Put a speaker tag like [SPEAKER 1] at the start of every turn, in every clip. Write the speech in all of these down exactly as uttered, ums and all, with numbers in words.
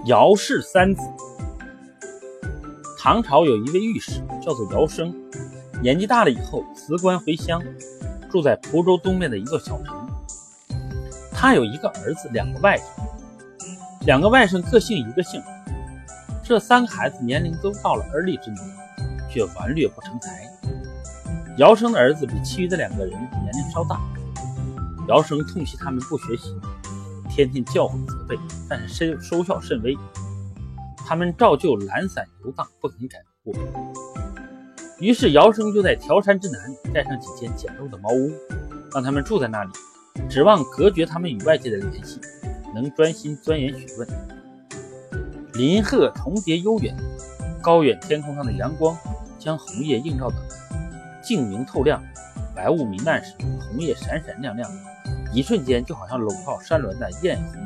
[SPEAKER 1] 姚氏三子。唐朝有一位御史叫做姚生，年纪大了以后辞官回乡，住在蒲州东面的一座小城。他有一个儿子，两个外甥，两个外甥各姓一个姓。这三个孩子年龄都到了而立之年，却顽劣不成才。姚生的儿子比其余的两个人年龄稍大，姚生痛惜他们不学习，天天教诲责备，但是收效甚微。他们照旧懒散游荡，不肯改过。于是姚生就在条山之南盖上几间简陋的茅屋，让他们住在那里，指望隔绝他们与外界的联系，能专心钻研学问。林壑重叠悠远，高远天空上的阳光将红叶映照得净明透亮，白雾弥漫时红叶闪闪亮亮，一瞬间就好像笼罩山峦的艳红。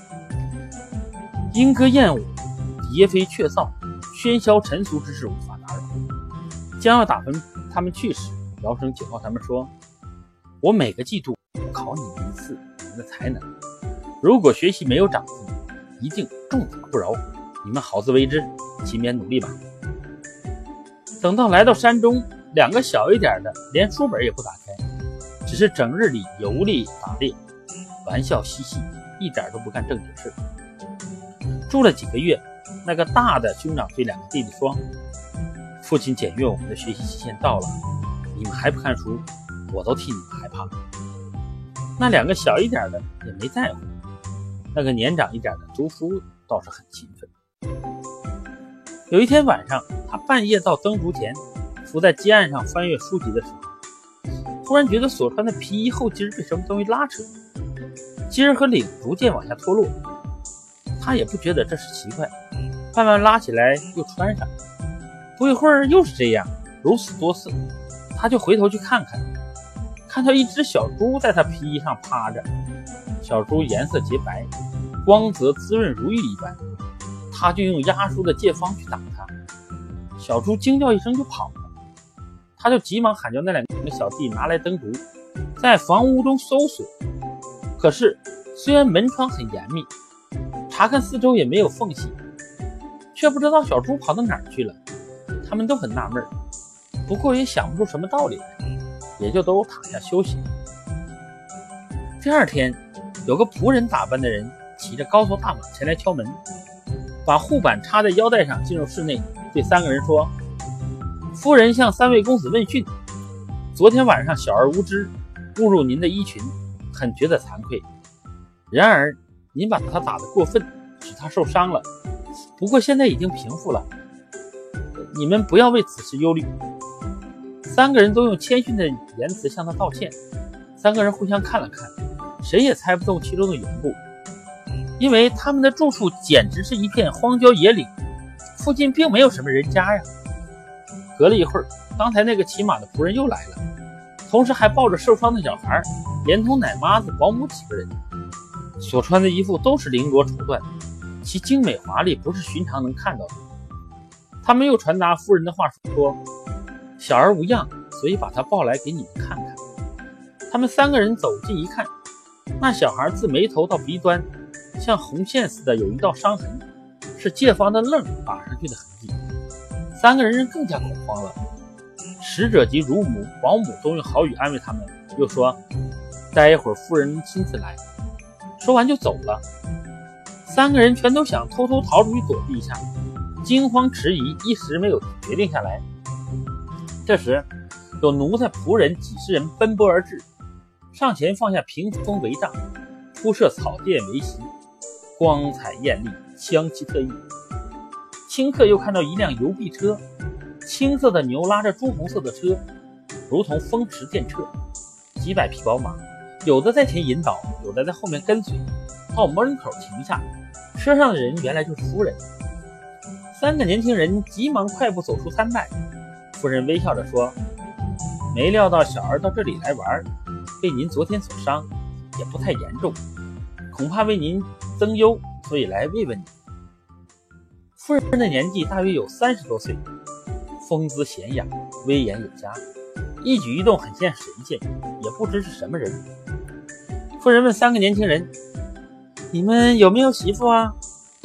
[SPEAKER 1] 莺歌燕舞，蝶飞雀噪，喧嚣尘俗之事无法打扰。将要打分他们去时，姚生警告他们说，我每个季度考你们一次你们的才能，如果学习没有长进，一定重罚不饶，你们好自为之，勤勉努力吧。等到来到山中，两个小一点的连书本也不打开，只是整日里游历打猎，玩笑嬉戏，一点都不干正经事。住了几个月，那个大的兄长对两个弟弟说，父亲检阅我们的学习期限到了，你们还不看书，我都替你们害怕。那两个小一点的也没在乎，那个年长一点的读书倒是很勤奋。有一天晚上，他半夜到灯烛前，伏在街岸上翻阅书籍的时候，突然觉得所穿的皮衣后襟被什么东西拉扯，襟儿和领逐渐往下脱落。他也不觉得这是奇怪，慢慢拉起来又穿上，不一会儿又是这样，如此多次。他就回头去看看，看到一只小猪在他皮衣上趴着，小猪颜色洁白，光泽滋润如玉一般，他就用压书的借方去打它，小猪惊叫一声就跑了。他就急忙喊叫那两个小弟拿来灯烛，在房屋中搜索。可是虽然门窗很严密，查看四周也没有缝隙，却不知道小猪跑到哪儿去了。他们都很纳闷，不过也想不出什么道理来，也就都躺下休息了。第二天，有个仆人打扮的人骑着高头大马前来敲门，把护板插在腰带上进入室内，对三个人说，夫人向三位公子问讯，昨天晚上小儿无知误入您的衣裙，很觉得惭愧，然而您把他打得过分，使他受伤了，不过现在已经平复了，你们不要为此事忧虑。三个人都用谦逊的言辞向他道歉。三个人互相看了看，谁也猜不透其中的缘故，因为他们的住处简直是一片荒郊野岭，附近并没有什么人家呀。隔了一会儿，刚才那个骑马的仆人又来了，同时还抱着受伤的小孩，连同奶妈子、保姆几个人，所穿的衣服都是绫罗绸缎，其精美华丽不是寻常能看到的。他们又传达夫人的话说，小儿无恙，所以把他抱来给你们看看。他们三个人走近一看，那小孩自眉头到鼻端像红线似的有一道伤痕，是借方的愣打上去的痕迹。三个人更加恐慌了，使者及乳母、保姆都用好语安慰他们，又说待一会儿夫人亲自来。说完就走了。三个人全都想偷偷逃出去躲避一下，惊慌迟疑，一时没有决定下来。这时有奴才仆人几十人奔波而至，上前放下屏风帷帐，铺设草垫为席，光彩艳丽，香气特异。顷刻又看到一辆邮币车，青色的牛拉着朱红色的车，如同风驰电掣，几百匹宝马，有的在前引导，有的在后面跟随，到门口停下。车上的人原来就是夫人。三个年轻人急忙快步走出参拜。夫人微笑着说，没料到小儿到这里来玩，被您昨天所伤，也不太严重，恐怕为您增忧，所以来慰问你。夫人的年纪大约有三十多岁，风姿娴雅，威严有加，一举一动很像神仙，也不知是什么人。夫人问三个年轻人，你们有没有媳妇啊？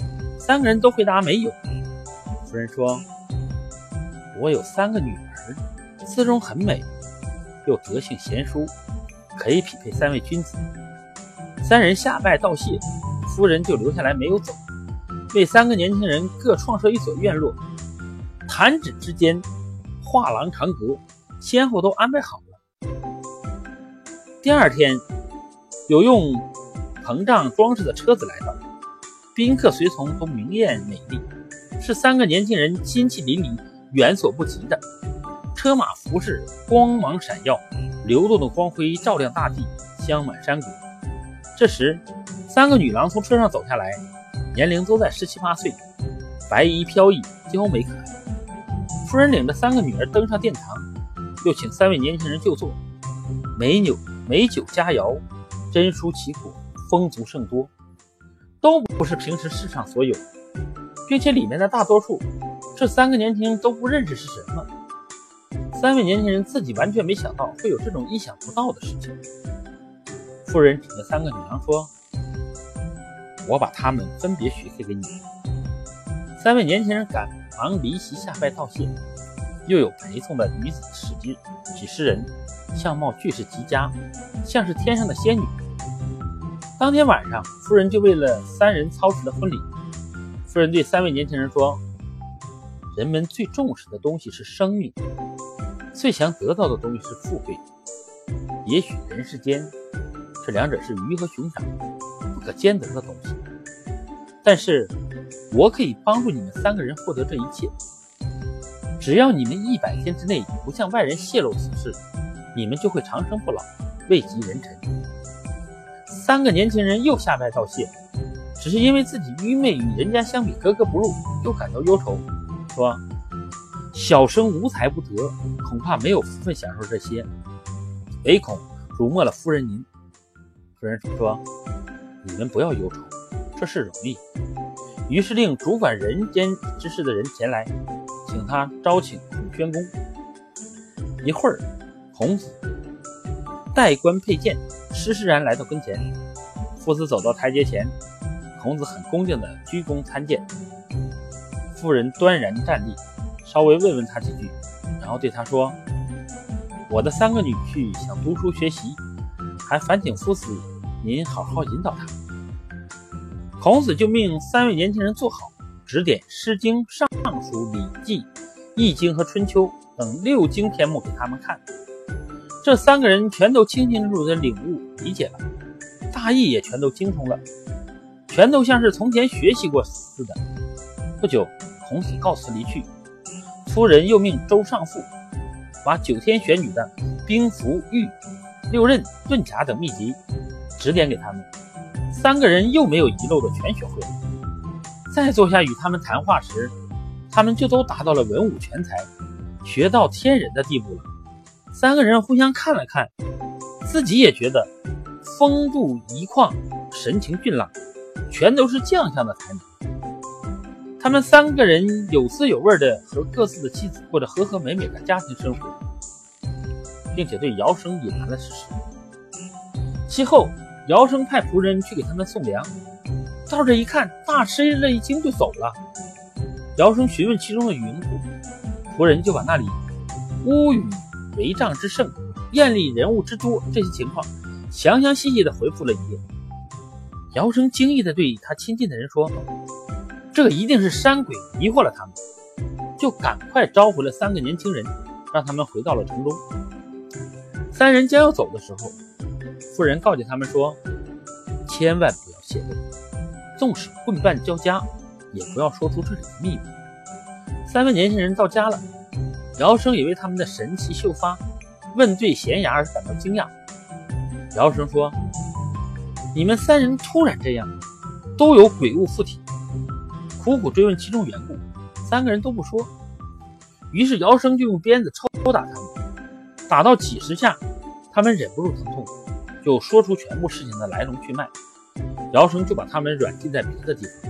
[SPEAKER 1] 三个人都回答没有。夫人说，我有三个女儿，姿容很美，又德性贤淑，可以匹配三位君子。三人下拜道谢，夫人就留下来没有走，为三个年轻人各创设一所院落，弹指之间，画廊长阁先后都安排好了。第二天，有用膨胀装饰的车子来到，宾客随从都明艳美丽，是三个年轻人金气淋漓，远所不及的。车马服饰光芒闪耀，流动的光辉照亮大地，香满山谷。这时，三个女郎从车上走下来，年龄都在十七八岁，白衣飘逸，娇美可爱。夫人领着三个女儿登上殿堂，又请三位年轻人就坐，美酒美酒佳肴，珍蔬奇果，丰足甚多，都不是平时世上所有，并且里面的大多数，这三个年轻人都不认识是什么。三位年轻人自己完全没想到会有这种意想不到的事情。夫人指着三个女郎说，我把她们分别许配给你。三位年轻人赶忙离席下拜道谢，又有陪送的女子使几几十人，相貌俱是极佳，像是天上的仙女。当天晚上，夫人就为了三人操持了婚礼。夫人对三位年轻人说，人们最重视的东西是生命，最想得到的东西是富贵。也许人世间这两者是鱼和熊掌，不可兼得的东西，但是我可以帮助你们三个人获得这一切。只要你们一百天之内不向外人泄露此事，你们就会长生不老，位极人臣。三个年轻人又下拜道谢，只是因为自己愚昧与人家相比格格不入，又感到忧愁，说，小生无才不得，恐怕没有福分享受这些，唯恐辱没了夫人您。夫人说，你们不要忧愁，这事容易。于是令主管人间之事的人前来，请他招请孔宣公。一会儿，孔子戴冠佩剑，施施然来到跟前。父子走到台阶前，孔子很恭敬地鞠躬参见。夫人端然站立，稍微问问他几句，然后对他说，我的三个女婿想读书学习，还烦请夫子您好好引导他。孔子就命三位年轻人坐好，指点《诗经》《尚书》《礼记》《易经》和《春秋》等六经篇目给他们看。这三个人全都清清楚楚地领悟理解了，大意也全都精通了，全都像是从前学习过似的。不久，孔子告辞离去，夫人又命周尚父把九天玄女的兵符、玉、六刃、遁甲等秘籍指点给他们，三个人又没有遗漏的全学会了。再坐下与他们谈话时，他们就都达到了文武全才，学到天人的地步了。三个人互相看了看，自己也觉得风度仪况，神情俊朗，全都是将相的才能。他们三个人有滋有味的和各自的妻子过着和和美美的家庭生活，并且对尧生隐瞒了事实。其后尧生派仆人去给他们送粮，到这一看，大吃了一惊就走了。尧生询问其中的缘故，仆人就把那里屋宇帷帐之盛，艳丽人物之多这些情况详详细细地回复了一遍。尧生惊异地对他亲近的人说，这个一定是山鬼迷惑了他们，就赶快招回了三个年轻人，让他们回到了城中。三人将要走的时候，夫人告诫他们说，千万不要泄露，纵使混办交加，也不要说出这里的秘密。三位年轻人到家了，尧生也为他们的神气秀发，问对娴雅而感到惊讶。尧生说，你们三人突然这样，都有鬼物附体。苦苦追问其中缘故，三个人都不说。于是尧生就用鞭子抽打他们，打到几十下，他们忍不住疼痛，就说出全部事情的来龙去脉。尧生就把他们软禁在别的地方。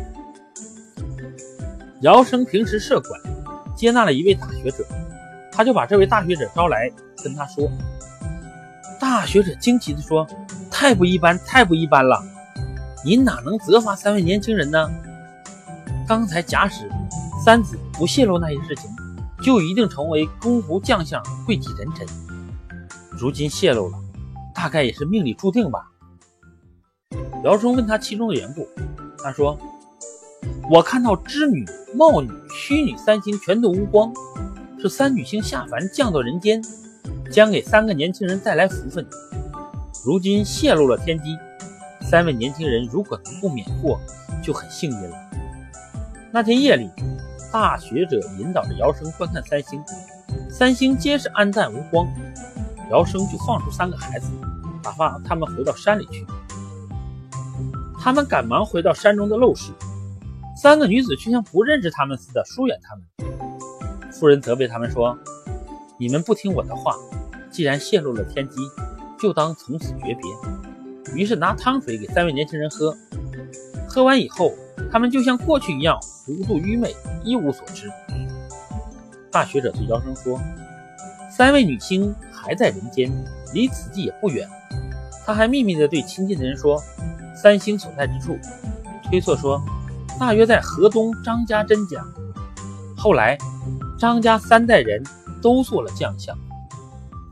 [SPEAKER 1] 尧生平时设馆，接纳了一位大学者，他就把这位大学者招来跟他说。大学者惊奇地说，太不一般，太不一般了，您哪能责罚三位年轻人呢？ 刚才假使三子不泄露那些事情，就一定成为公湖将相贵体人臣。如今泄露了，大概也是命里注定吧。姚生问他其中的缘故，他说：我看到织女、貌女、虚女三星全都无光，是三女星下凡降到人间，将给三个年轻人带来福分。如今泄露了天机，三位年轻人如果能够免祸，就很幸运了。那天夜里，大学者引导着姚生观看三星，三星皆是暗淡无光，姚生就放出三个孩子，打发他们回到山里去。他们赶忙回到山中的陋室，三个女子却像不认识他们似的疏远他们。夫人责备他们说：你们不听我的话，既然泄露了天机，就当从此诀别。于是拿汤水给三位年轻人喝，喝完以后，他们就像过去一样糊涂愚昧，一无所知。大学者对姚生说：三位女星还在人间，离此地也不远。他还秘密地对亲近的人说三星所在之处，推测说大约在河东张家真家。后来张家三代人都做了将相。